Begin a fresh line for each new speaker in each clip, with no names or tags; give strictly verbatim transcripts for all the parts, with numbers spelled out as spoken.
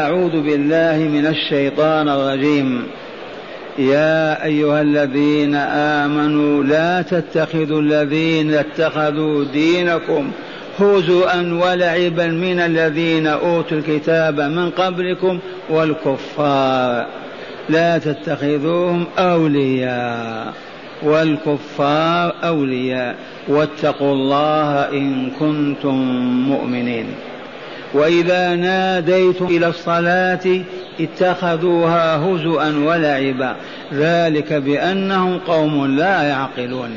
أعوذ بالله من الشيطان الرجيم. يا أيها الذين آمنوا لا تتخذوا الذين اتخذوا دينكم هزؤا ولعبا من الذين أوتوا الكتاب من قبلكم والكفار، لا تتخذوهم أولياء والكفار أولياء واتقوا الله إن كنتم مؤمنين. وإذا ناديتم إلى الصلاة اتخذوها هزؤا ولعبا ذلك بأنهم قوم لا يعقلون.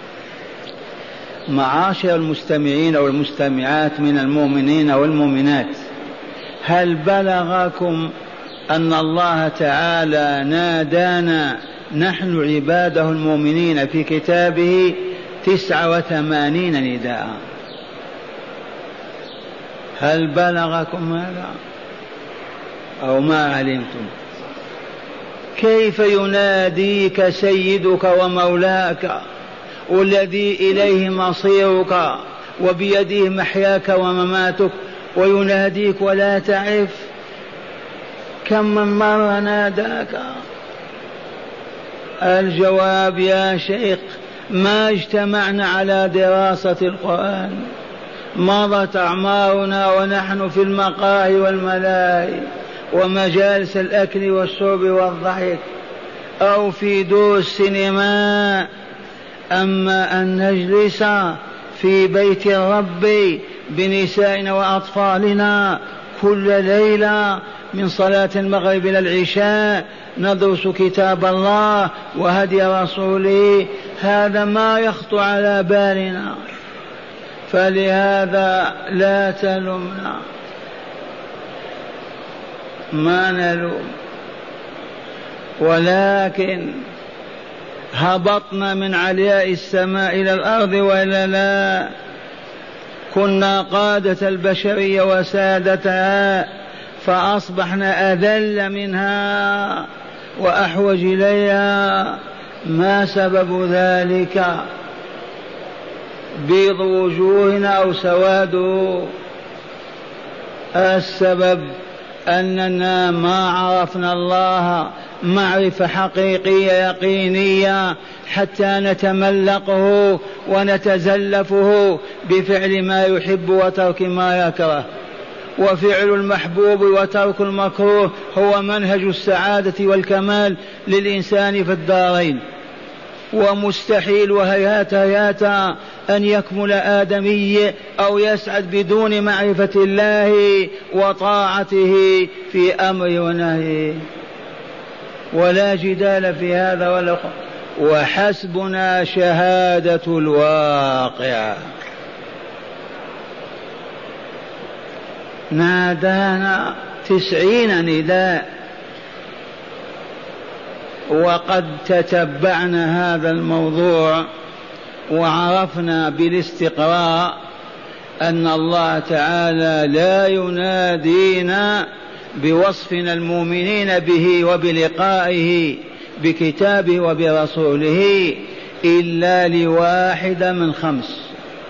معاشر المستمعين والمستمعات من المؤمنين والمؤمنات، هل بلغكم أن الله تعالى نادانا نحن عباده المؤمنين في كتابه تسعة وثمانين نداء؟ هل بلغكم هذا أو ما علمتم؟ كيف يناديك سيدك ومولاك والذي إليه مصيرك وبيده محياك ومماتك ويناديك ولا تعرف؟ كم من مرة ناداك؟ الجواب يا شيخ ما اجتمعنا على دراسة القرآن، مضت أعمارنا ونحن في المقاهي والملاهي ومجالس الأكل والشرب والضحك أو في دور السينما. أما أن نجلس في بيت الرب بنسائنا وأطفالنا كل ليلة من صلاة المغرب إلى العشاء ندرس كتاب الله وهدي رسوله، هذا ما يخطر على بالنا. فلهذا لا تلمنا، ما نلوم، ولكن هبطنا من علياء السماء إلى الأرض وإلا لا؟ كنا قادة البشرية وسادتها فأصبحنا أذل منها وأحوج إليها. ما سبب ذلك؟ بيض وجوهنا أو سواده؟ السبب أننا ما عرفنا الله معرفة حقيقية يقينية حتى نتملقه ونتزلفه بفعل ما يحب وترك ما يكره. وفعل المحبوب وترك المكروه هو منهج السعادة والكمال للإنسان في الدارين. ومستحيل وهيهات هيهات أن يكمل آدمي أو يسعد بدون معرفة الله وطاعته في أمر ونهي، ولا جدال في هذا ولا خ... وحسبنا شهادة الواقع. نادانا تسعين نداء، وقد تتبعنا هذا الموضوع وعرفنا بالاستقراء أن الله تعالى لا ينادينا بوصفنا المؤمنين به وبلقائه بكتابه وبرسوله إلا لواحدة من خمس.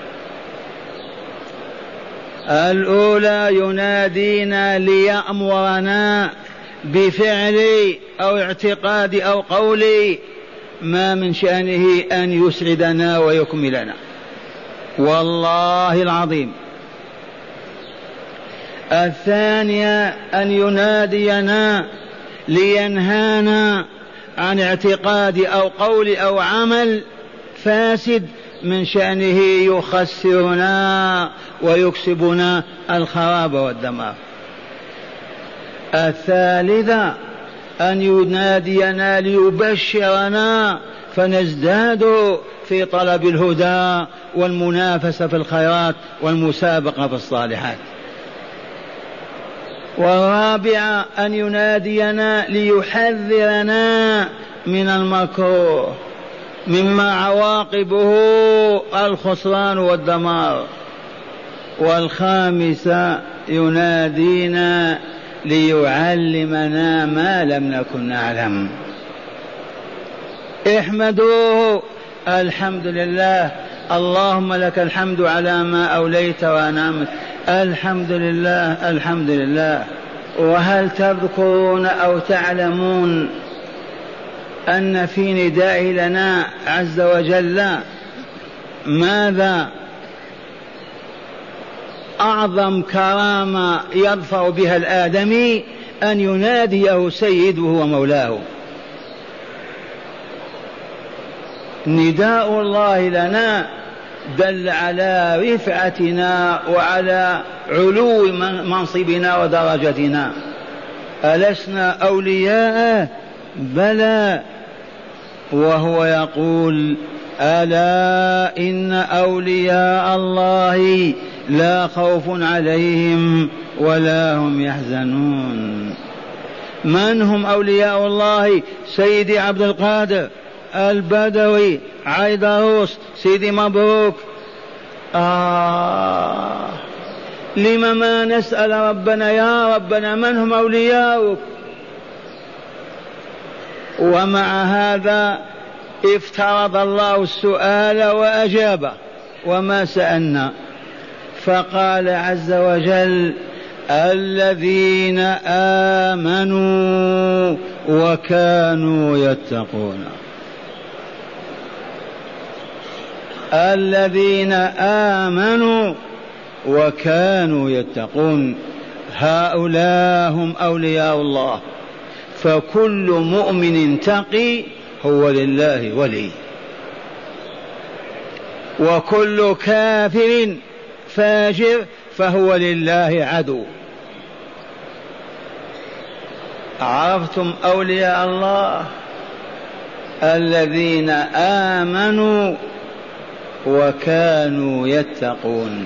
الأولى ينادينا ليأمرنا بفعل أو اعتقاد أو قول ما من شأنه أن يسعدنا ويكملنا، والله العظيم. الثانية أن ينادينا لينهانا عن اعتقاد أو قول أو عمل فاسد من شأنه يخسرنا ويكسبنا الخراب والدمار. الثالثة أن ينادينا ليبشرنا فنزداد في طلب الهدى والمنافسة في الخيرات والمسابقة في الصالحات. والرابعة أن ينادينا ليحذرنا من المكروه مما عواقبه الخسران والدمار. والخامسة ينادينا ليعلمنا ما لم نكن نعلم. احمدوه، الحمد لله، اللهم لك الحمد على ما أوليت وأنعمت، الحمد لله الحمد لله. وهل تذكرون أو تعلمون أن في نداء لنا عز وجل ماذا أعظم كرامة يظفر بها الآدمي أن يناديه سيده ومولاه. نداء الله لنا دل على رفعتنا وعلى علو منصبنا ودرجتنا. ألسنا أولياء؟ بلى، وهو يقول ألا إن أولياء الله لا خوف عليهم ولا هم يحزنون. من هم أولياء الله؟ سيدي عبد القادر، البدوي، عيدروس، سيدي مبروك. آه لم ما نسأل ربنا يا ربنا من هم أولياؤك؟ ومع هذا افترض الله السؤال وأجاب وما سألنا، فقال عز وجل الذين آمنوا وكانوا يتقون. الذين آمنوا وكانوا يتقون هؤلاء هم أولياء الله. فكل مؤمن تقي هو لله ولي، وكل كافر فاجر فهو لله عدو. عرفتم أولياء الله؟ الذين آمنوا وكانوا يتقون.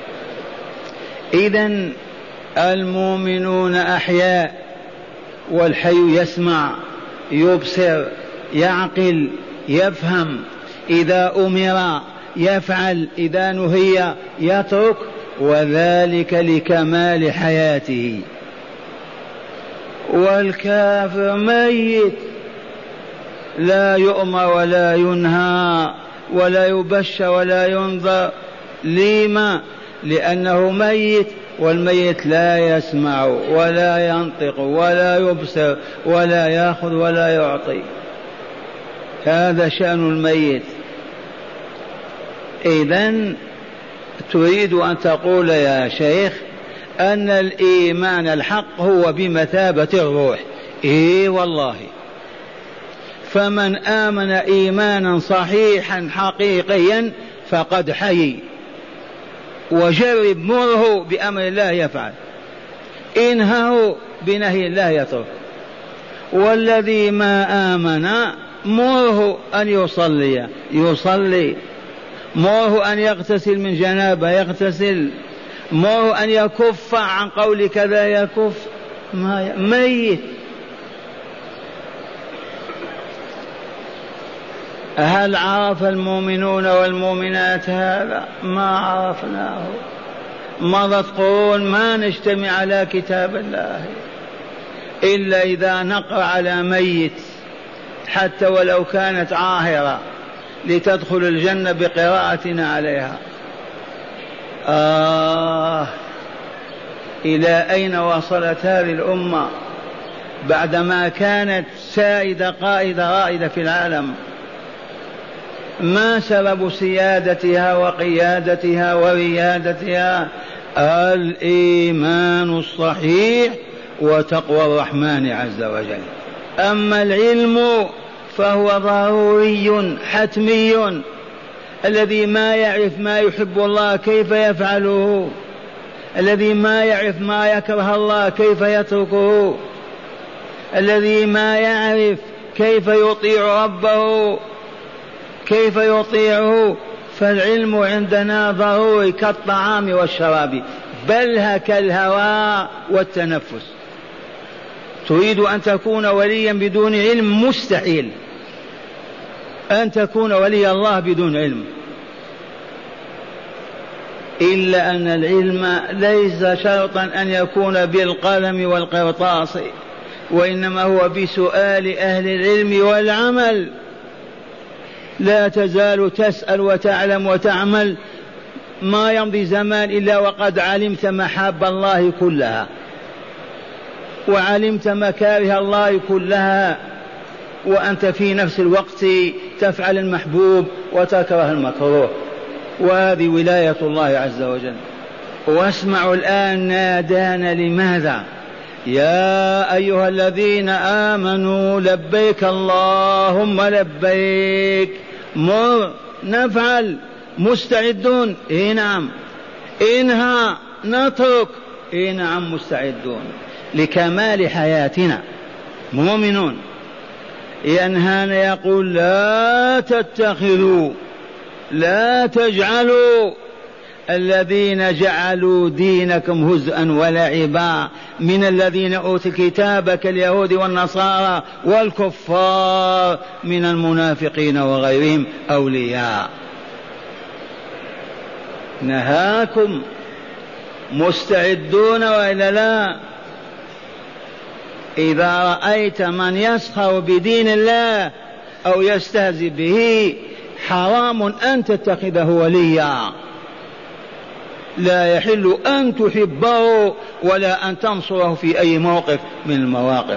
إذن المؤمنون أحياء، والحي يسمع يبصر يعقل يفهم، إذا أمر يفعل، إذا نهي يترك، وذلك لكمال حياته. والكافر ميت، لا يؤمر ولا ينهى ولا يبشر ولا ينظر. لما؟ لأنه ميت، والميت لا يسمع ولا ينطق ولا يبصر ولا يأخذ ولا يعطي. هذا شأن الميت. إذن تريد أن تقول يا شيخ أن الإيمان الحق هو بمثابة الروح. إيه والله، فمن آمن إيمانا صحيحا حقيقيا فقد حي. وجرب مره بأمر الله يفعل، إنهه بنهي الله يترك. والذي ما آمن مره أن يصلي يصلي، مره أن يغتسل من جنابه يغتسل، مره أن يكف عن قول كذا يكف. ميت. هل عرف المؤمنون والمؤمنات هذا؟ ما عرفناه. مضت قرون ما نجتمع على كتاب الله إلا إذا نقرأ على ميت، حتى ولو كانت عاهرة، لتدخل الجنة بقراءتنا عليها. آه إلى أين وصلت هذه الأمة بعدما كانت سائدة قائدة رائدة في العالم؟ ما سبب سيادتها وقيادتها وريادتها؟ الإيمان الصحيح وتقوى الرحمن عز وجل. أما العلم فهو ضروري حتمي. الذي ما يعرف ما يحب الله كيف يفعله؟ الذي ما يعرف ما يكره الله كيف يتركه؟ الذي ما يعرف كيف يطيع ربه كيف يطيعه؟ فالعلم عندنا ضروري كالطعام والشراب، بل كالهواء والتنفس. تريد أن تكون وليا بدون علم؟ مستحيل أن تكون ولي الله بدون علم. إلا أن العلم ليس شرطا أن يكون بالقلم والقرطاس، وإنما هو بسؤال أهل العلم والعمل. لا تزال تسأل وتعلم وتعمل، ما يمضي زمان إلا وقد علمت محاب الله كلها. وعلمت مكاره الله كلها، وأنت في نفس الوقت تفعل المحبوب وتكره المكروه، وهذه ولاية الله عز وجل. واسمعوا الآن نادانا لماذا؟ يا أيها الذين آمنوا لبيك اللهم لبيك، مر نفعل، مستعدون، إيه نعم، إنها نترك، إيه نعم مستعدون لكمال حياتنا مؤمنون. ينهانا يقول لا تتخذوا، لا تجعلوا الذين جعلوا دينكم هزءا ولعبا من الذين أوتوا الكتاب كاليهود والنصارى والكفار من المنافقين وغيرهم أولياء. نهاكم، مستعدون وإلا لا؟ إذا رأيت من يسخر بدين الله أو يستهزئ به حرام أن تتخذه وليا، لا يحل أن تحبه ولا أن تنصره في أي موقف من المواقف.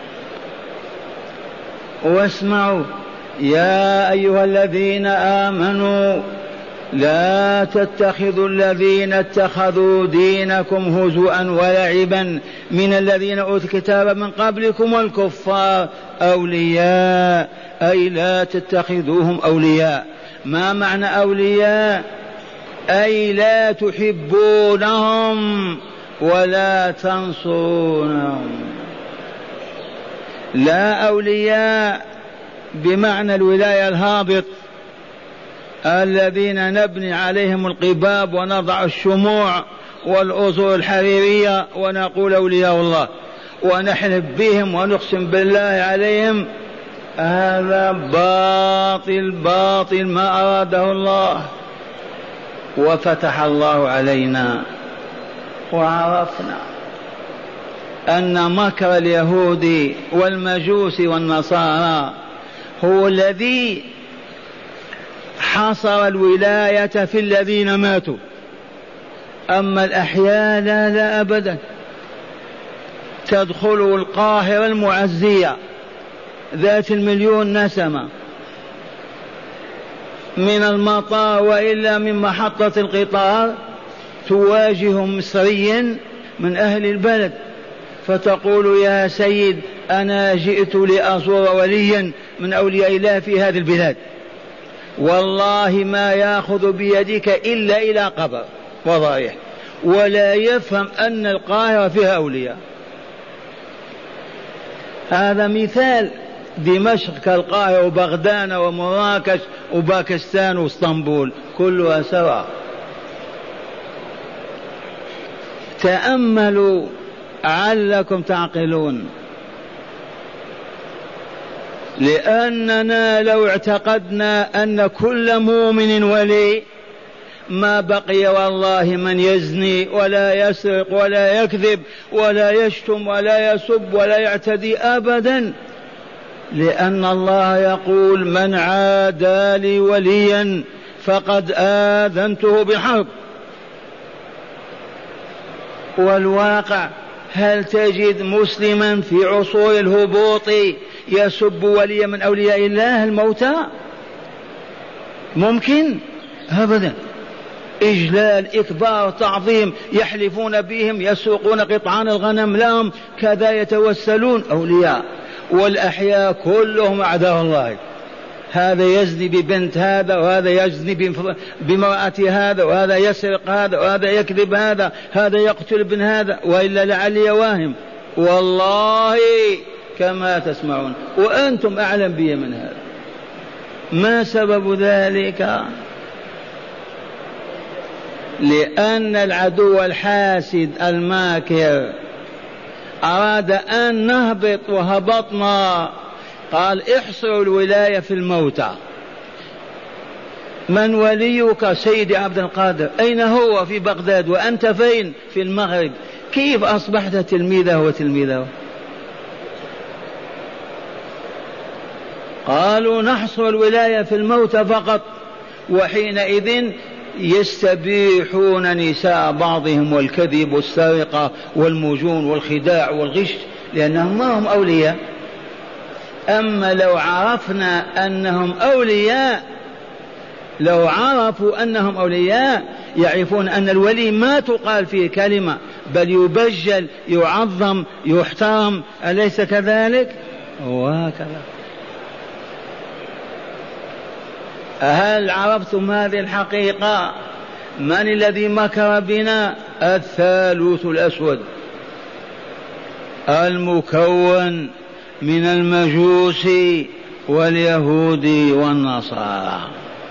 واسمعوا يا أيها الذين آمنوا لا تتخذوا الذين اتخذوا دينكم هزوا ولعبا من الذين أوتوا الكتاب من قبلكم والكفار أولياء، أي لا تتخذوهم أولياء. ما معنى أولياء؟ أي لا تحبونهم ولا تنصرونهم. لا أولياء بمعنى الولاية الهابط الذين نبني عليهم القباب ونضع الشموع والأزر الحريرية ونقول أولياء الله ونحلف بهم ونقسم بالله عليهم. هذا باطل باطل ما أراده الله. وفتح الله علينا وعرفنا أن مكر اليهود والمجوس والنصارى هو الذي حصر الولاية في الذين ماتوا، أما الأحياء لا لا أبدا. تدخل القاهرة المعزية ذات المليون نسمة من المطار وإلا من محطة القطار، تواجه مصريا من أهل البلد فتقول يا سيد أنا جئت لأزور وليا من أولياء الله في هذه البلاد، والله ما يأخذ بيدك إلا إلى قبر وضائح، ولا يفهم أن القاهرة فيها أولياء. هذا مثال. دمشق كالقاهرة وبغداد ومراكش وباكستان واسطنبول كلها سواء. تأملوا علكم تعقلون. لأننا لو اعتقدنا أن كل مؤمن ولي ما بقي والله من يزني ولا يسرق ولا يكذب ولا يشتم ولا يسب ولا يعتدي أبدا، لأن الله يقول من عادى لي وليا فقد آذنته بحرب. والواقع هل تجد مسلما في عصور الهبوط يسب وليا من أولياء الله الموتى؟ ممكن؟ أبدا. إجلال إكبار تعظيم، يحلفون بهم، يسوقون قطعان الغنم لهم، كذا يتوسلون أولياء. والأحياء كلهم أعداء الله. هذا يزني ببنت هذا، وهذا يزني بامرأة هذا، وهذا يسرق هذا، وهذا يكذب هذا، هذا يقتل ابن هذا، وإلا لعلي واهم والله كما تسمعون، وأنتم أعلم بي من هذا. ما سبب ذلك؟ لأن العدو الحاسد الماكر أراد أن نهبط وهبطنا، قال احصروا الولاية في الموتى. من وليك؟ سيدي عبد القادر. أين هو؟ في بغداد. وأنت فين؟ في المغرب. كيف أصبحت تلميذه وتلميذه؟ قالوا نحصر الولاية في الموتى فقط، وحينئذ يستبيحون نساء بعضهم والكذب والسرقة والمجون والخداع والغش لأنهم ما هم أولياء. أما لو عرفنا أنهم أولياء، لو عرفوا أنهم أولياء يعرفون أن الولي ما تقال فيه كلمة بل يبجل يعظم يحترم، أليس كذلك؟ وهكذا. هل عرفتم هذه الحقيقة؟ من الذي مكر بنا؟ الثالوث الأسود المكون من المجوس واليهود والنصارى.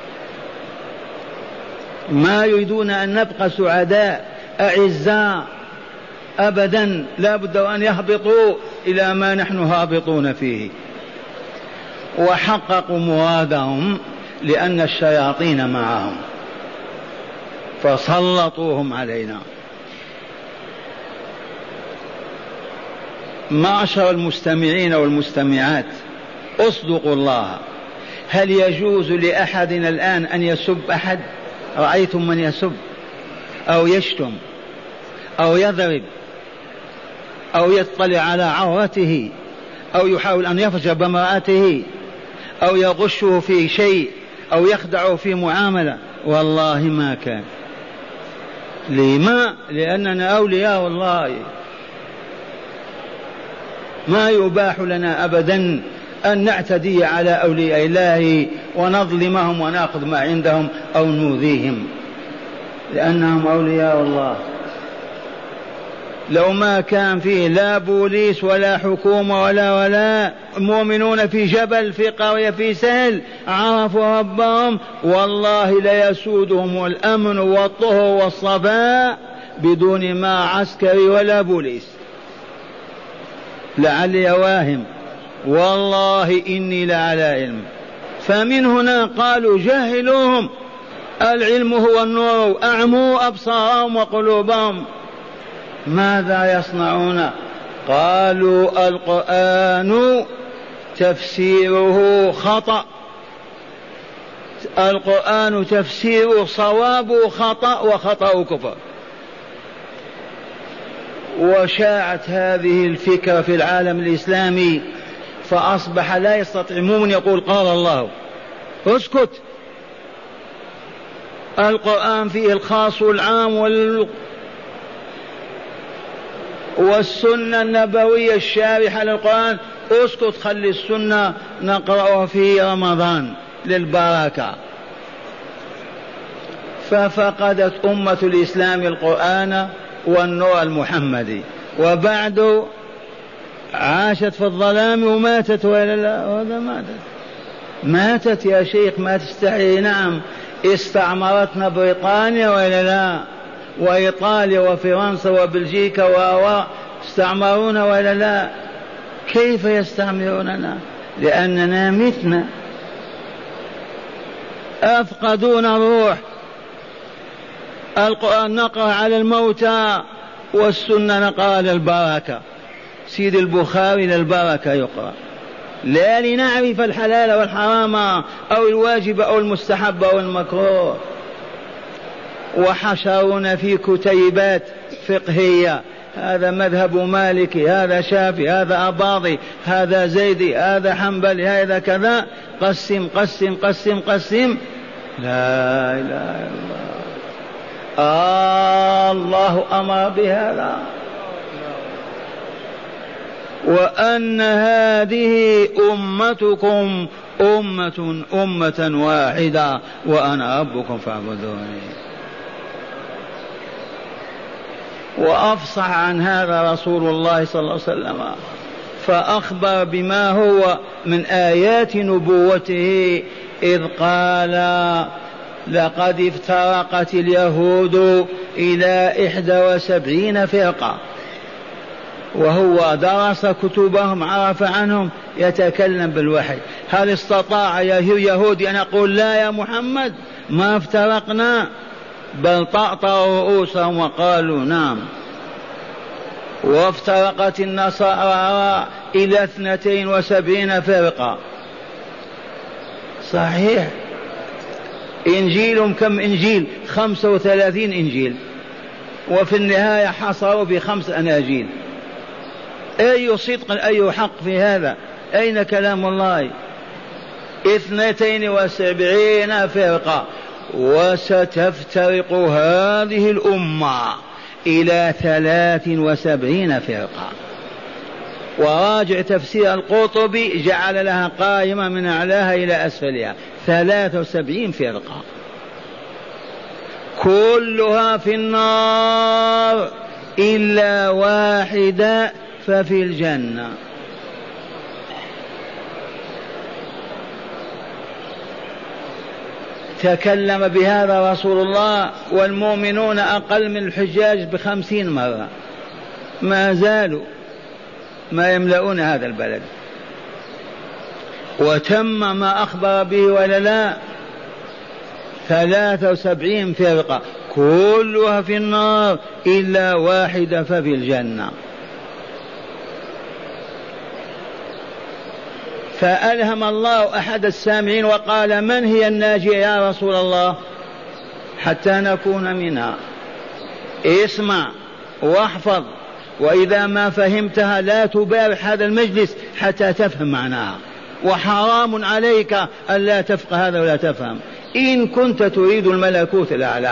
ما يريدون أن نبقى سعداء أعزاء أبدا، لا بد أن يهبطوا إلى ما نحن هابطون فيه. وحققوا مرادهم لأن الشياطين معهم فسلطوهم علينا. معشر المستمعين والمستمعات، اصدقوا الله. هل يجوز لأحدنا الآن أن يسب أحد؟ رأيتم من يسب أو يشتم أو يضرب أو يطلع على عورته أو يحاول أن يفجر بامرأته أو يغشه في شيء أو يخدعه في معاملة؟ والله ما كان. لما؟ لأننا أولياء الله، ما يباح لنا أبدا أن نعتدي على أولياء الله ونظلمهم ونأخذ ما عندهم أو نؤذيهم، لأنهم أولياء الله. لو ما كان فيه لا بوليس ولا حكومة ولا ولا مؤمنون في جبل في قرية في سهل عرفوا ربهم، والله ليسودهم الأمن والطهر والصفاء بدون ما عسكري ولا بوليس. لعلي واهم، والله إني لعلى علم. فمن هنا قالوا جهلوهم، العلم هو النور، أعموا أبصارهم وقلوبهم. ماذا يصنعون؟ قالوا القرآن تفسيره خطأ، القرآن تفسيره صواب خطأ وخطأ كفر. وشاعت هذه الفكرة في العالم الإسلامي فأصبح لا يستطيع مؤمن يقول قال الله، اسكت. القرآن فيه الخاص والعام وال... والسنة النبوية الشارحة للقرآن، اسكت خلي السنة نقرأها في رمضان للبركة. ففقدت أمة الإسلام القرآن والنور المحمدي، وبعد عاشت في الظلام وماتت ولا لا؟ هذا ماتت ماتت يا شيخ، ما تستحي. نعم استعمرتنا بريطانيا ولا لا؟ وإيطاليا وفرنسا وبلجيكا و استعمرونا ولا لا؟ كيف يستعمروننا؟ لأننا متنا، أفقدونا الروح. القرآن نقرأ على الموتى والسنة نقرأ على البركة. سيد البخاري للبركة يقرأ، لا لنعرف الحلال والحرام أو الواجب أو المستحب أو المكروه. وحشرونا في كتيبات فقهية، هذا مذهب مالكي، هذا شافعي، هذا أباضي، هذا زيدي، هذا حنبلي، هذا كذا. قسم قسم قسم قسم. لا إله إلا الله. آه الله أمر بهذا، وأن هذه أمتكم أمة أمة واحدة وأنا ربكم فاعبدوني. وأفصح عن هذا رسول الله صلى الله عليه وسلم، فأخبر بما هو من آيات نبوته إذ قال لقد افترقت اليهود إلى إحدى وسبعين فرقة، وهو درس كتبهم عرف عنهم يتكلم بالوحي. هل استطاع يهودي أن يقول لا يا محمد ما افترقنا؟ بل طأطأوا رؤوسهم وقالوا نعم. وافترقت النصارى إلى اثنتين وسبعين فرقة، صحيح إنجيلهم كم إنجيل؟ خمسة وثلاثين إنجيل، وفي النهاية حصروا بخمس أناجيل. أي صدق أي حق في هذا؟ أين كلام الله؟ اثنتين وسبعين فرقة، وستفترق هذه الأمة إلى ثلاث وسبعين فرقة. وراجع تفسير القرطبي جعل لها قائمة من أعلاها إلى أسفلها، ثلاث وسبعين فرقة كلها في النار إلا واحدة ففي الجنة. تكلم بهذا رسول الله والمؤمنون أقل من الحجاج بخمسين مرة، ما زالوا ما يملؤون هذا البلد. وتم ما أخبر به ولا لا؟ ثلاثة وسبعين فرقة كلها في النار إلا واحدة ففي الجنة. فألهم الله أحد السامعين وقال: من هي الناجية يا رسول الله حتى نكون منها؟ اسمع واحفظ، وإذا ما فهمتها لا تبارح هذا المجلس حتى تفهم معناها، وحرام عليك ألا تفقه هذا ولا تفهم إن كنت تريد الملكوت الأعلى.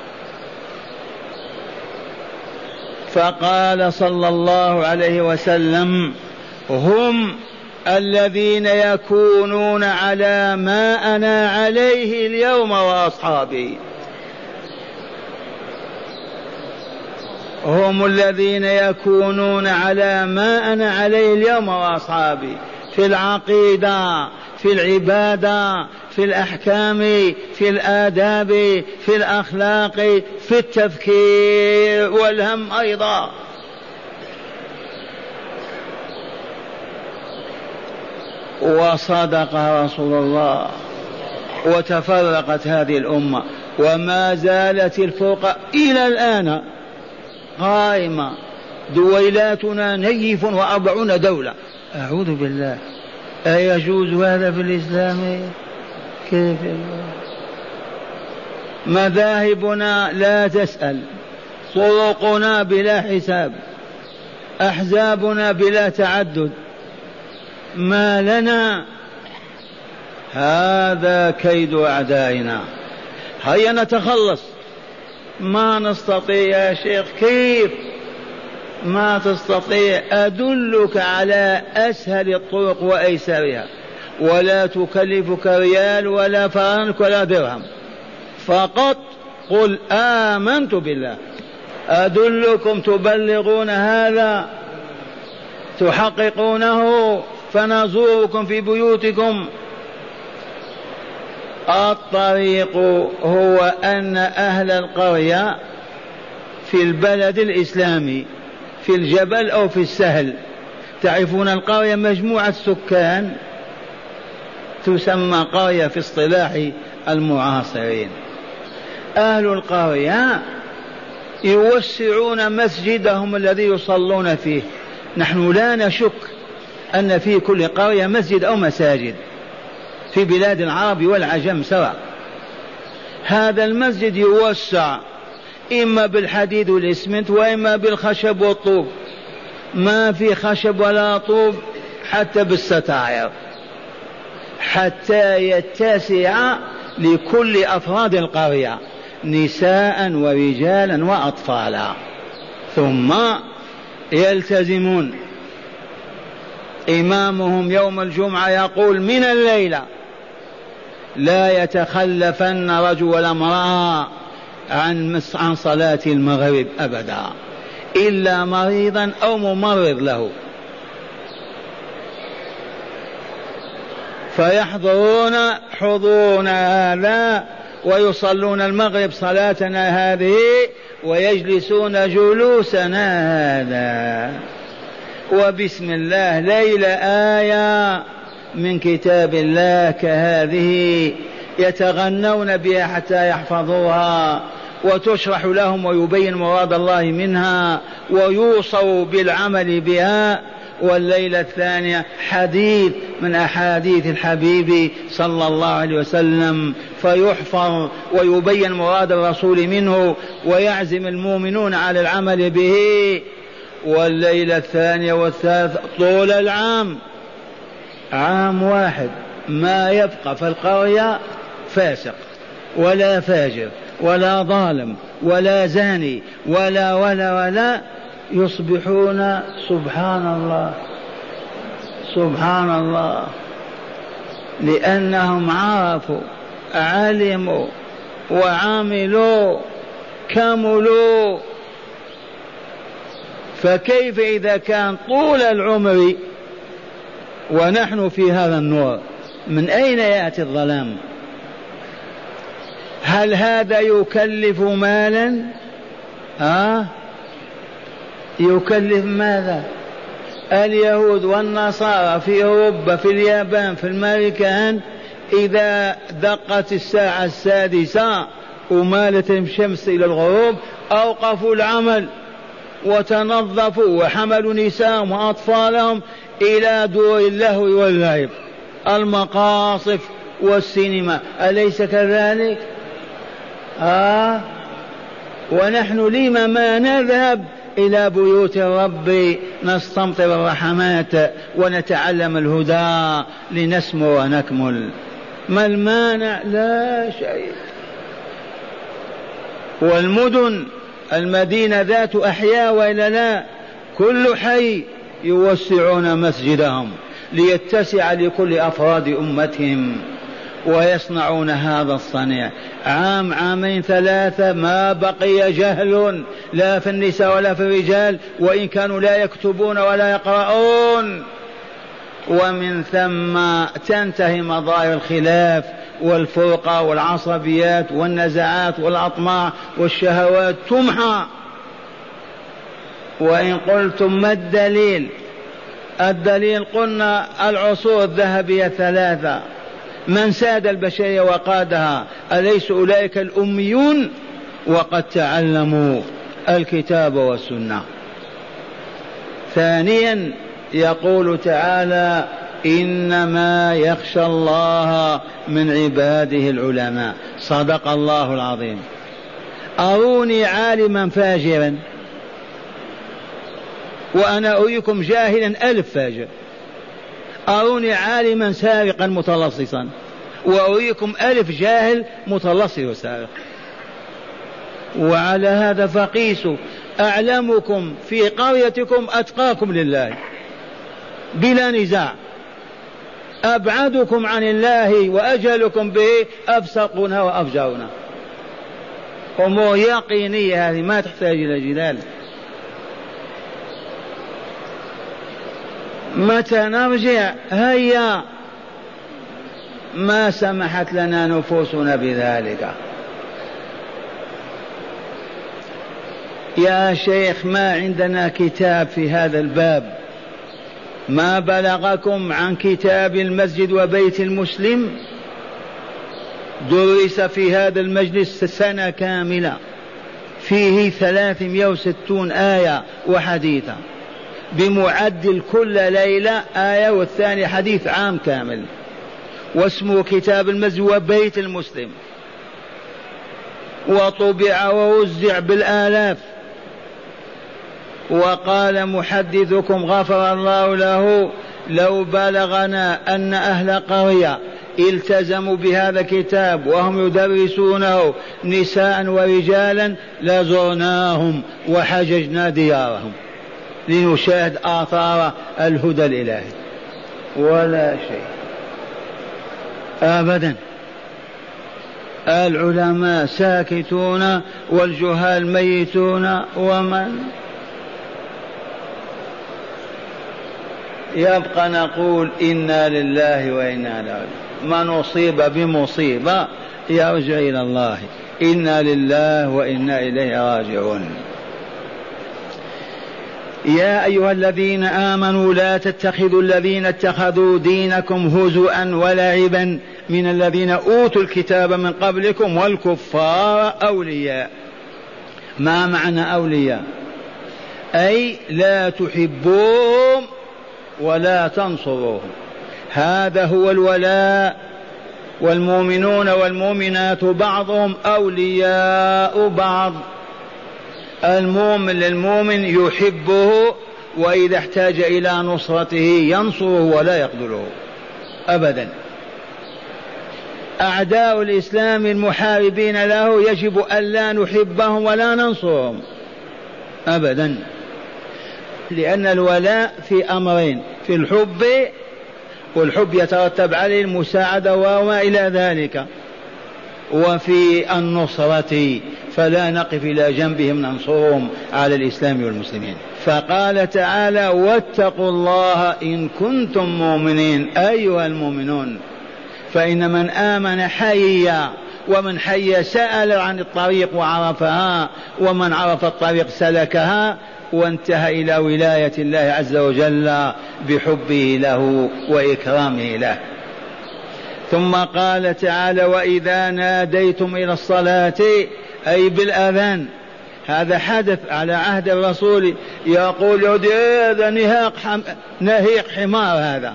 فقال صلى الله عليه وسلم: هم الذين يكونون على ما أنا عليه اليوم وأصحابي. هم الذين يكونون على ما أنا عليه اليوم وأصحابي، في العقيدة، في العبادة، في الأحكام، في الآداب، في الأخلاق، في التفكير والهم أيضا. وصدق رسول الله، وتفرقت هذه الأمة وما زالت الفرقة إلى الآن قائمة. دويلاتنا نيف وأربعون دولة، أعوذ بالله، أيجوز هذا في الإسلام؟ كيف؟ مذاهبنا لا تسأل، طرقنا بلا حساب، أحزابنا بلا تعدد، ما لنا؟ هذا كيد أعدائنا. هيا نتخلص. ما نستطيع يا شيخ. كيف ما تستطيع؟ أدلك على أسهل الطرق وأيسرها، ولا تكلفك ريال ولا فرنك ولا درهم، فقط قل آمنت بالله. أدلكم تبلغون هذا، تحققونه، فنزوركم في بيوتكم. الطريق هو أن أهل القرية في البلد الإسلامي، في الجبل أو في السهل، تعرفون القرية مجموعة سكان تسمى قرية في اصطلاح المعاصرين. أهل القرية يوسعون مسجدهم الذي يصلون فيه. نحن لا نشك أن في كل قرية مسجد أو مساجد في بلاد العرب والعجم سواء. هذا المسجد يوسع إما بالحديد والإسمنت وإما بالخشب والطوب، ما في خشب ولا طوب حتى بالستائر، حتى يتسع لكل أفراد القرية نساء ورجالا وأطفالا. ثم يلتزمون. إمامهم يوم الجمعة يقول: من الليلة لا يتخلفن رجل ولا امرأة عن عن صلاة المغرب أبدا إلا مريضا أو ممرض له. فيحضرون حضورنا هذا ويصلون المغرب صلاتنا هذه ويجلسون جلوسنا هذا، وبسم الله ليلة آية من كتاب الله كهذه يتغنون بها حتى يحفظوها، وتشرح لهم ويبين مراد الله منها، ويوصوا بالعمل بها، والليلة الثانية حديث من أحاديث الحبيب صلى الله عليه وسلم فيحفظ ويبين مراد الرسول منه ويعزم المؤمنون على العمل به. والليلة الثانية والثالثة طول العام، عام واحد ما يبقى في القرية فاسق ولا فاجر ولا ظالم ولا زاني ولا ولا ولا، يصبحون سبحان الله سبحان الله، لأنهم عرفوا علموا وعملوا كملوا. فكيف إذا كان طول العمر ونحن في هذا النور؟ من أين يأتي الظلام؟ هل هذا يكلف مالا؟ ها؟ يكلف ماذا؟ اليهود والنصارى في أوروبا في اليابان في الأمريكان إذا دقت الساعة السادسة ومالت الشمس إلى الغروب أوقفوا العمل وتنظفوا وحملوا نساءهم وأطفالهم إلى دور اللهو واللعب، المقاصف والسينما، أليس كذلك؟ آه ونحن لما ما نذهب إلى بيوت الرب نستمطر الرحمات ونتعلم الهدى لنسمو ونكمل؟ ما المانع؟ لا شيء. والمدن المدينة ذات أحياء وإلا لا؟ كل حي يوسعون مسجدهم ليتسع لكل أفراد أمتهم ويصنعون هذا الصنيع. عام عامين ثلاثة ما بقي جهل لا في النساء ولا في الرجال، وإن كانوا لا يكتبون ولا يقرؤون. ومن ثم تنتهي مظاهر الخلاف والفرقة والعصبيات والنزعات والأطماع والشهوات تمحى. وإن قلتم ما الدليل؟ الدليل قلنا العصور الذهبية الثلاثة، من ساد البشرية وقادها أليس أولئك الأميون؟ وقد تعلموا الكتاب والسنة. ثانيا يقول تعالى إنما يخشى الله من عباده العلماء. صدق الله العظيم. أروني عالما فاجرا وأنا أريكم جاهلا ألف فاجر، أروني عالما سارقا متلصصا وأريكم ألف جاهل متلصص وسارق. وعلى هذا فقيسوا، أعلمكم في قريتكم أتقاكم لله بلا نزاع، أبعدكم عن الله وأجهلكم به أفسقنا وأفجرنا. أمور يقينية هذه ما تحتاج إلى جدال. متى نرجع؟ هيا، ما سمحت لنا نفوسنا بذلك. يا شيخ ما عندنا كتاب في هذا الباب؟ ما بلغكم عن كتاب المسجد وبيت المسلم؟ درس في هذا المجلس سنة كاملة، فيه ثلاثمائة وستون آية وحديثة بمعدل كل ليلة آية والثاني حديث عام كامل، واسمه كتاب المسجد وبيت المسلم، وطبع ووزع بالآلاف. وقال محدثكم غفر الله له لو بلغنا أن أهل قرية التزموا بهذا الكتاب وهم يدرسونه نساء ورجالا لزرناهم وحججنا ديارهم لنشاهد آثار الهدى الإلهي. ولا شيء أبدا. العلماء ساكتون والجهال ميتون، ومن يبقى نقول إنا لله وإنا إليه راجعون. من أصيب بمصيبة يرجع إلى الله، إنا لله وإنا إليه راجعون. يا أيها الذين آمنوا لا تتخذوا الذين اتخذوا دينكم هزؤا ولعبا من الذين أوتوا الكتاب من قبلكم والكفار أولياء. ما معنى أولياء؟ أي لا تحبوهم ولا تنصروهم. هذا هو الولاء. والمؤمنون والمؤمنات بعضهم أولياء بعض. المؤمن للمؤمن يحبه، وإذا احتاج إلى نصرته ينصره ولا يخذله أبدا. أعداء الإسلام المحاربين له يجب ألا نحبهم ولا ننصرهم أبدا، لأن الولاء في أمرين: في الحب، والحب يترتب عليه المساعدة وما إلى ذلك، وفي النصرة، فلا نقف إلى جنبهم ننصرهم على الإسلام والمسلمين. فقال تعالى: واتقوا الله إن كنتم مؤمنين. أيها المؤمنون، فإن من آمن حي، ومن حي سأل عن الطريق وعرفها، ومن عرف الطريق سلكها، وانتهى إلى ولاية الله عز وجل بحبه له وإكرامه له. ثم قال تعالى: وإذا ناديتم إلى الصلاة، أي بالأذان. هذا حدث على عهد الرسول، يقول هذا نهاق حم... نهيق حمار. هذا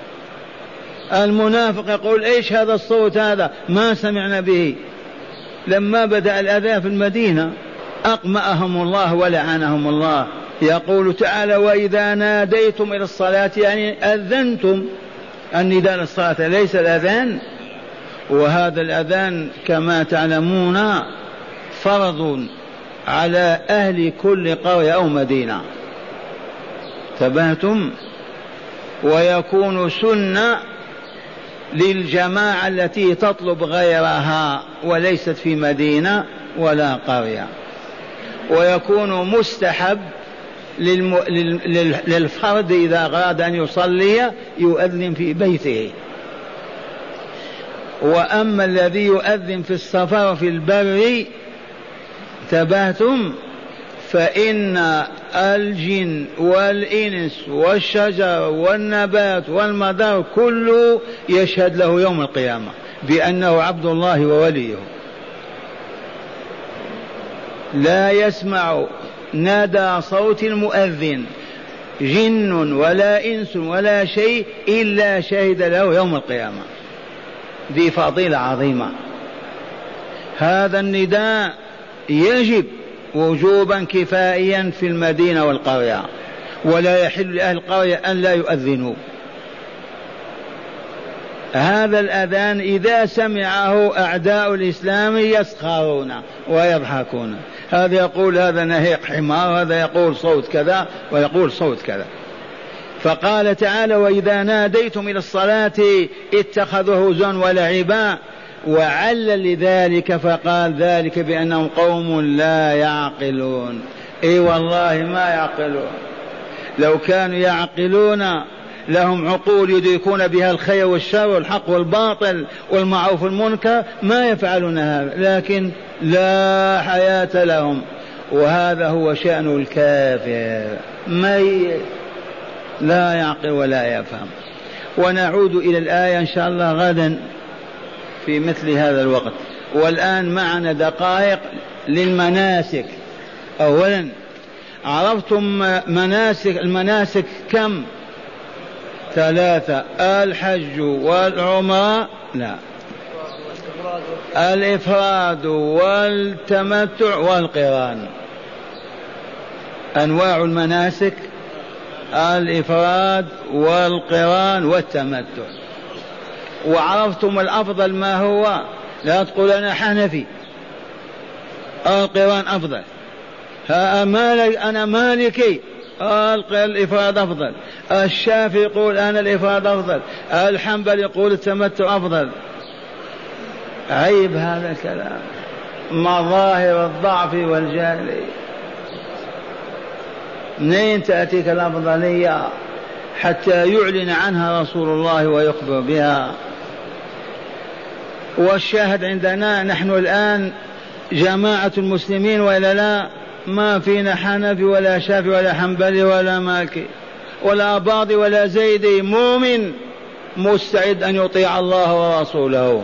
المنافق يقول: إيش هذا الصوت هذا؟ ما سمعنا به. لما بدأ الأذان في المدينة أقمأهم الله ولعنهم الله. يقول تعالى: وإذا ناديتم إلى الصلاة، يعني أذنتم. النداء للصلاة ليس الأذان، وهذا الأذان كما تعلمون فرض على أهل كل قرية أو مدينة. تبهتم؟ ويكون سنة للجماعة التي تطلب غيرها وليست في مدينة ولا قرية، ويكون مستحب للم... لل... للفرد إذا أراد أن يصلي يؤذن في بيته. وأما الذي يؤذن في السفر في البر، تبهتم، فإن الجن والإنس والشجر والنبات والمدار كله يشهد له يوم القيامة بأنه عبد الله ووليه. لا يسمع ندى صوت المؤذن جن ولا إنس ولا شيء إلا شهد له يوم القيامة. ذي فضيلة عظيمة. هذا النداء يجب وجوبا كفائيا في المدينة والقرية، ولا يحل لأهل القرية أن لا يؤذنوا. هذا الأذان إذا سمعه أعداء الإسلام يسخرون ويضحكون. هذا يقول هذا نهيق حمار، هذا يقول صوت كذا ويقول صوت كذا. فقال تعالى: وإذا ناديتم إلى الصلاة اتخذوه هزوا ولعبا. وعلل لذلك فقال: ذلك بأنهم قوم لا يعقلون. اي والله ما يعقلون. لو كانوا يعقلون لهم عقول يدركون بها الخير والشر والحق والباطل والمعروف والمنكر ما يفعلون هذا، لكن لا حياة لهم. وهذا هو شأن الكافر، ميت لا يعقل ولا يفهم. ونعود إلى الآية إن شاء الله غدا في مثل هذا الوقت. والآن معنا دقائق للمناسك. أولا، عرفتم مناسك المناسك كم؟ ثلاثة: الحج والعمرة، لا، الإفراد والتمتع والقران. أنواع المناسك: الإفراد والقران والتمتع. وعرفتم الأفضل ما هو؟ لا تقول أنا حنفي القران أفضل، ها مالك أنا مالكي الإفراد أفضل، الشافعي يقول أنا الإفراد أفضل، الحنبلي يقول التمتع أفضل. عيب هذا الكلام، مظاهر الضعف والجهل. منين تأتيك الأفضلية حتى يعلن عنها رسول الله ويخبر بها؟ والشاهد عندنا نحن الآن جماعة المسلمين ولا لا؟ ما فينا حنفي ولا شافعي ولا حنبلي ولا مالكي ولا باضي ولا زيدي. مؤمن مستعد أن يطيع الله ورسوله.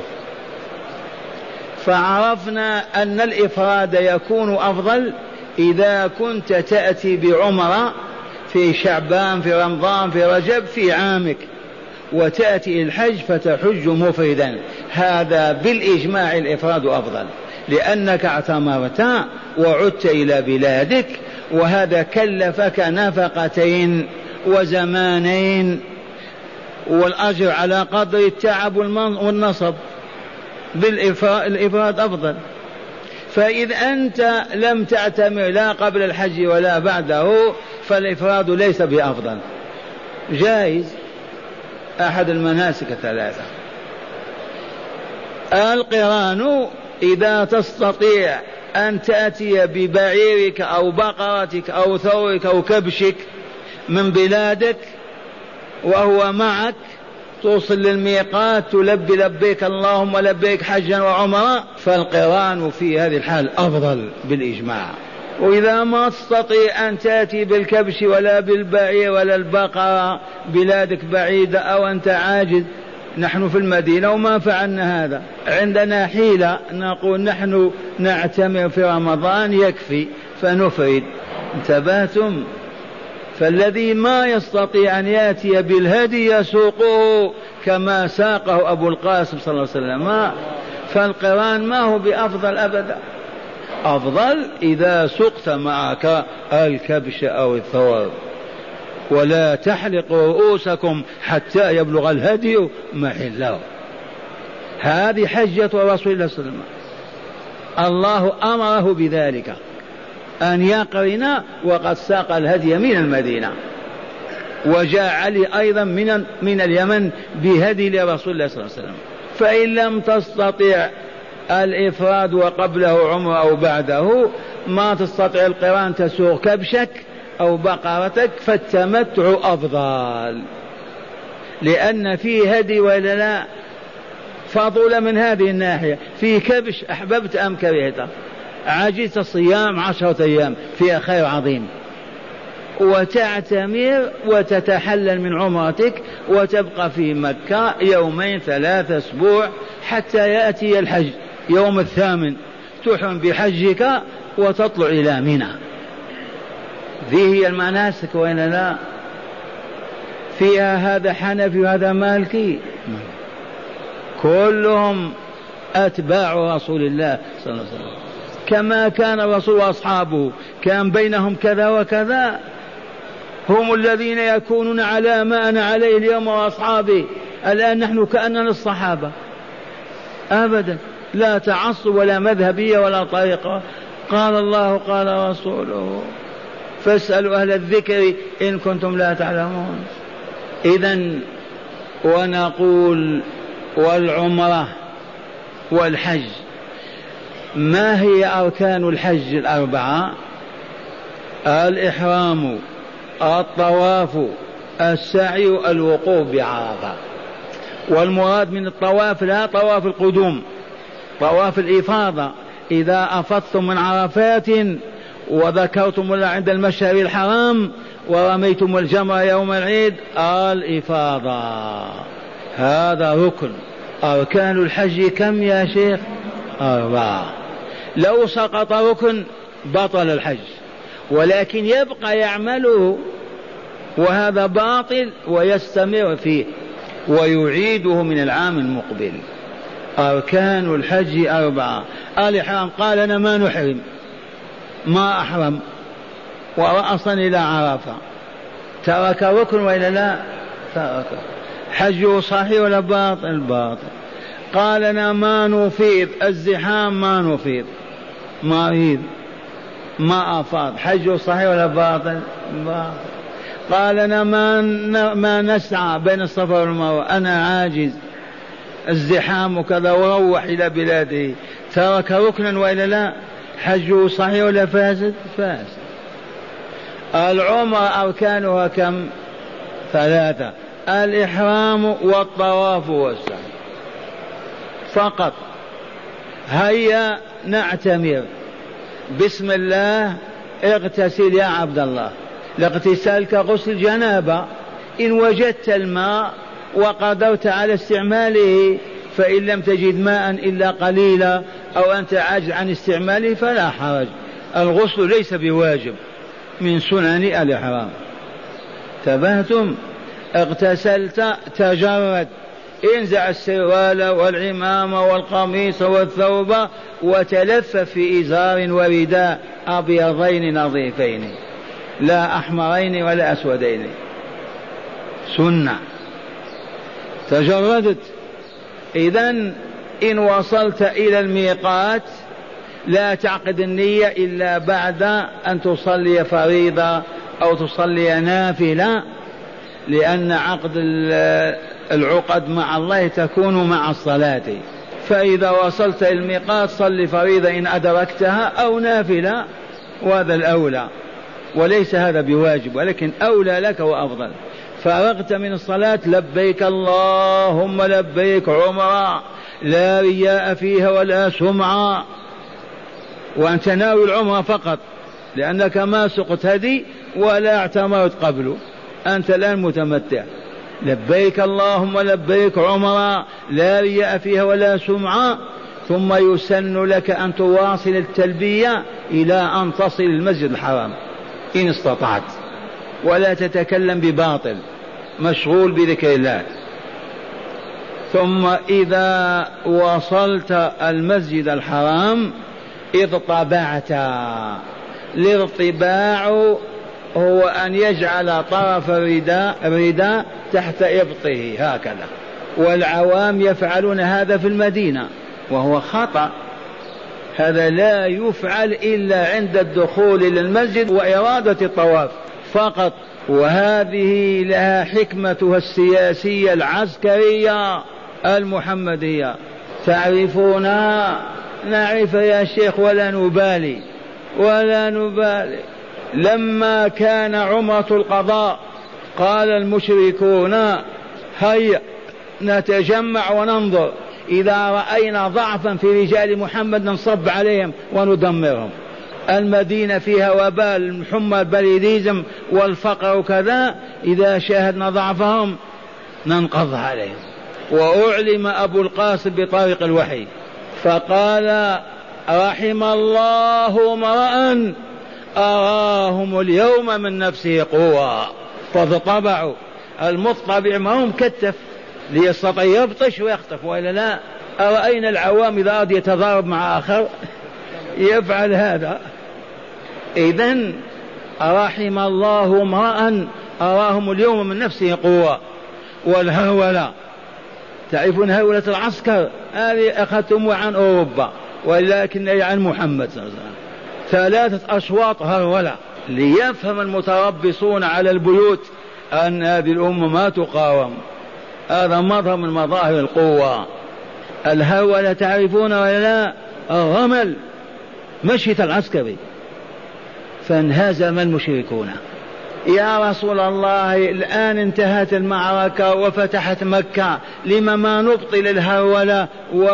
فعرفنا أن الإفراد يكون أفضل إذا كنت تأتي بعمرة في شعبان في رمضان في رجب في عامك، وتأتي الحج فتحج مفردا. هذا بالإجماع الإفراد أفضل، لأنك اعتمرت وعدت إلى بلادك، وهذا كلفك نفقتين وزمانين، والأجر على قدر التعب والنصب. بالإفراد أفضل. فإذا أنت لم تعتمر لا قبل الحج ولا بعده فالإفراد ليس بأفضل، جائز، أحد المناسك الثلاثة. القران إذا تستطيع أن تأتي ببعيرك أو بقرتك أو ثورك أو كبشك من بلادك وهو معك، توصل للميقات تلبي لبيك اللهم لبيك حجا وعمرا، فالقران في هذه الحال أفضل بالإجماع. وإذا ما تستطيع أن تأتي بالكبش ولا بالبعير ولا البقرة، بلادك بعيدة أو أنت عاجز، نحن في المدينة وما فعلنا هذا، عندنا حيلة نقول نحن نعتمر في رمضان يكفي فنفرد. انتبهتم؟ فالذي ما يستطيع أن يأتي بالهدي يسوقه كما ساقه أبو القاسم صلى الله عليه وسلم، فالقران ما هو بأفضل أبدا. أفضل إذا سقت معك الكبش أو الثور. ولا تحلقوا رؤوسكم حتى يبلغ الهدي محله. هذه حجة رسول الله صلى الله عليه وسلم، الله أمره بذلك أن يقرن، وقد ساق الهدي من المدينة. وجاء علي أيضا من, من اليمن بهدي لرسول الله صلى الله عليه وسلم. فإن لم تستطيع الإفراد وقبله عمر أو بعده، ما تستطيع القران تسوق كبشك أو بقرتك، فالتمتع أفضل، لأن فيه هدي ولا لا فضل من هذه الناحية. في كبش أحببت أم كرهت، عجزت الصيام عشرة أيام فيها خير عظيم، وتعتمر وتتحلل من عمرتك وتبقى في مكة يومين ثلاثة أسبوع حتى يأتي الحج يوم الثامن، تحرم بحجك وتطلع إلى منى. ذي هي المناسك وإلا لا؟ فيها هذا حنفي وهذا مالكي، كلهم أتباع رسول الله صلى الله عليه وسلم، كما كان الرسول وأصحابه كان بينهم كذا وكذا، هم الذين يكونون على ما أنا عليه اليوم وأصحابي. الآن نحن كأننا الصحابة أبدا، لا تعصب ولا مذهبية ولا طريقة، قال الله قال رسوله، فاسألوا أهل الذكر إن كنتم لا تعلمون. إذن ونقول والعمرة والحج، ما هي أركان الحج الأربعة؟ الإحرام، الطواف، السعي، الوقوف بعرفة. والمراد من الطواف لا طواف القدوم، طواف الإفاضة. إذا أفضتم من عرفات وذكرتم الله عند المشعر الحرام ورميتم الجمر يوم العيد، الإفاضة، هذا ركن. أركان الحج كم يا شيخ؟ أربعة. لو سقط ركن بطل الحج، ولكن يبقى يعمله وهذا باطل ويستمر فيه ويعيده من العام المقبل. أركان الحج أربعة. الإحرام، قال أنا ما نحرم، ما أحرم ورأسا إلى عرفة، ترك ركن وإلا لا؟ ترك. حجه صحيح ولا باطل؟ باطل. قال أنا ما نفيض، الزحام ما نفيض، ما أريد، ما أفاض، حجه صحيح ولا باطل؟ باطل. قال أنا ما ما نسعى بين الصفا والمروة، أنا عاجز، الزحام وكذا، وروح إلى بلاده، ترك ركنا وإلا لا؟ حجه صحيح ولا فاسد؟ فاسد. العمرة أركانها كم؟ ثلاثة، الإحرام والطواف والسعي فقط. هيا نعتمر، بسم الله، اغتسل يا عبد الله، لاغتسالك غسل جنابة، إن وجدت الماء وقدرت على استعماله، فإن لم تجد ماء إلا قليلا أو أنت عاجز عن استعماله فلا حرج، الغسل ليس بواجب، من سنن الإحرام. انتبهتم؟ اغتسلت تجرد، انزع السروال والعمامة والقميص والثوب وتلف في إزار ورداء أبيضين نظيفين لا أحمرين ولا أسودين، سنة. تجردت. إذن إن وصلت إلى الميقات لا تعقد النية إلا بعد أن تصلي فريضة أو تصلي نافلة، لأن عقد العقد مع الله تكون مع الصلاة. فإذا وصلت إلى الميقات صل فريضة إن أدركتها أو نافلة، وهذا الأولى، وليس هذا بواجب ولكن أولى لك وأفضل. فرغت من الصلاة لبيك اللهم لبيك عمرة لا رياء فيها ولا سمعة، وأنت ناوي العمرة فقط لأنك ما سقط هدي ولا اعتمرت قبله، أنت الآن متمتع. لبيك اللهم لبيك عمرة لا رياء فيها ولا سمعة، ثم يسن لك أن تواصل التلبية إلى أن تصل المسجد الحرام إن استطعت، ولا تتكلم بباطل، مشغول بذكر الله. ثم إذا وصلت المسجد الحرام اضطبعت. الاضطباع هو أن يجعل طرف الرداء الرداء تحت إبطه هكذا، والعوام يفعلون هذا في المدينة وهو خطأ. هذا لا يفعل إلا عند الدخول إلى المسجد وإرادة الطواف فقط، وهذه لها حكمتها السياسية العسكرية المحمدية. تعرفونها؟ نعرف يا شيخ ولا نبالي ولا نبالي. لما كان عمرة القضاء قال المشركون هيا نتجمع وننظر، إذا رأينا ضعفا في رجال محمد ننصب عليهم وندمرهم. المدينة فيها وبال الحمى البليديزم والفقر وكذا، إذا شاهدنا ضعفهم ننقض عليهم. وأعلم أبو القاسم بطريق الوحي فقال رحم الله امرأ أراهم اليوم من نفسه قوة فاضطبعوا. المضطبع ما هو مكتف ليستطيع يبطش ويخطف، وإلا لا. أرأينا العوام إذا أراد يتضارب مع آخر يفعل هذا. إذن رحم الله امرأ أراهم اليوم من نفسه قوة. والهرولة، تعرفون هرولة العسكر هذه أخذتم عن أوروبا ولكن عن محمد صلى الله عليه وسلم. ثلاثة أشواط هرولة ليفهم المتربصون على البيوت أن هذه الأمة ما تقاوم. هذا مظهر من مظاهر القوة. الهرولة تعرفون ولا لا؟ الرمل مشية العسكري. فانهزم المشركون. يا رسول الله الآن انتهت المعركة وفتحت مكة، لما ما نبطل الهرولة و...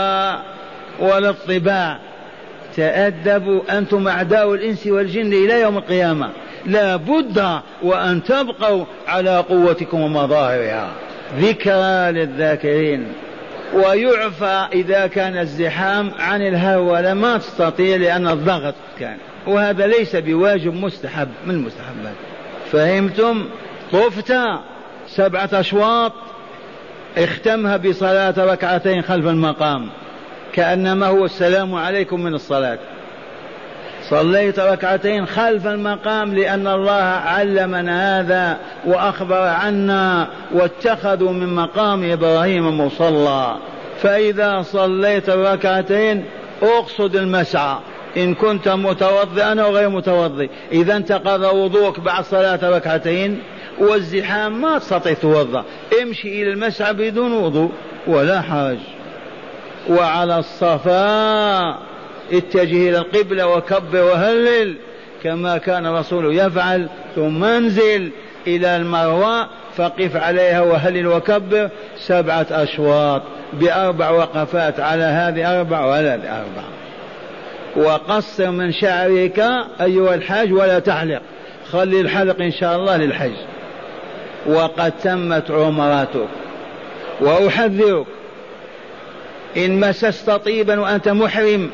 والاطباع؟ تأدبوا، أنتم أعداء الإنس والجن إلى يوم القيامة، لا بد وأن تبقوا على قوتكم ومظاهرها. ذكرى للذاكرين. ويعفى إذا كان الزحام عن الهرولة، ما تستطيع لأن الضغط كان، وهذا ليس بواجب، مستحب من المستحبات. فهمتم؟ طفت سبعة أشواط اختمها بصلاة ركعتين خلف المقام كأنما هو السلام عليكم من الصلاة. صليت ركعتين خلف المقام لأن الله علمنا هذا وأخبر عنا واتخذوا من مقام إبراهيم مصلى. فإذا صليت ركعتين اقصد المسعى إن كنت متوضئا أو غير متوضئ. إذا انتقض وضوءك بعد صلاة ركعتين والزحام ما تستطيع توضأ، امشي إلى المسعى بدون وضوء ولا حرج. وعلى الصفا اتجه إلى القبلة وكبر وهلل كما كان الرسول يفعل، ثم انزل إلى المروة فقف عليها وهلل وكبر سبعة أشواط بأربع وقفات، على هذه أربع وعلى هذه أربع. وقصر من شعرك أيها الحاج ولا تعلق، خلي الحلق إن شاء الله للحج. وقد تمت عمراتك. وأحذرك إن مسست طيبا وأنت محرم،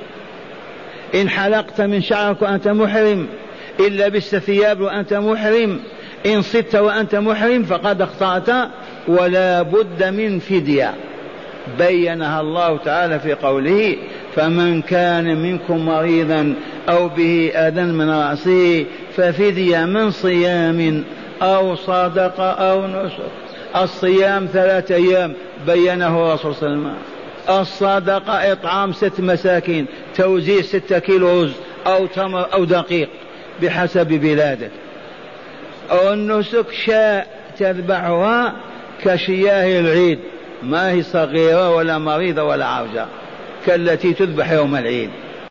إن حلقت من شعرك وأنت محرم، إن لبست ثياب وأنت محرم، إن صدت وأنت محرم فقد أخطأت، ولا بد من فدية بينها الله تعالى في قوله: فمن كان منكم مريضا أو به أذى من رأسه ففدية من صيام أو صدقة أو نسك. الصيام ثلاثة أيام بينه الرسول صلى الله عليه وسلم. الصدقة إطعام ست مساكين، توزيع ستة كيلو رز أو تمر أو دقيق بحسب بلادك. أو النسك شاء تذبحها كشياه العيد، ما هي صغيرة ولا مريضة ولا عرجة، كالتي تذبح يوم العيد.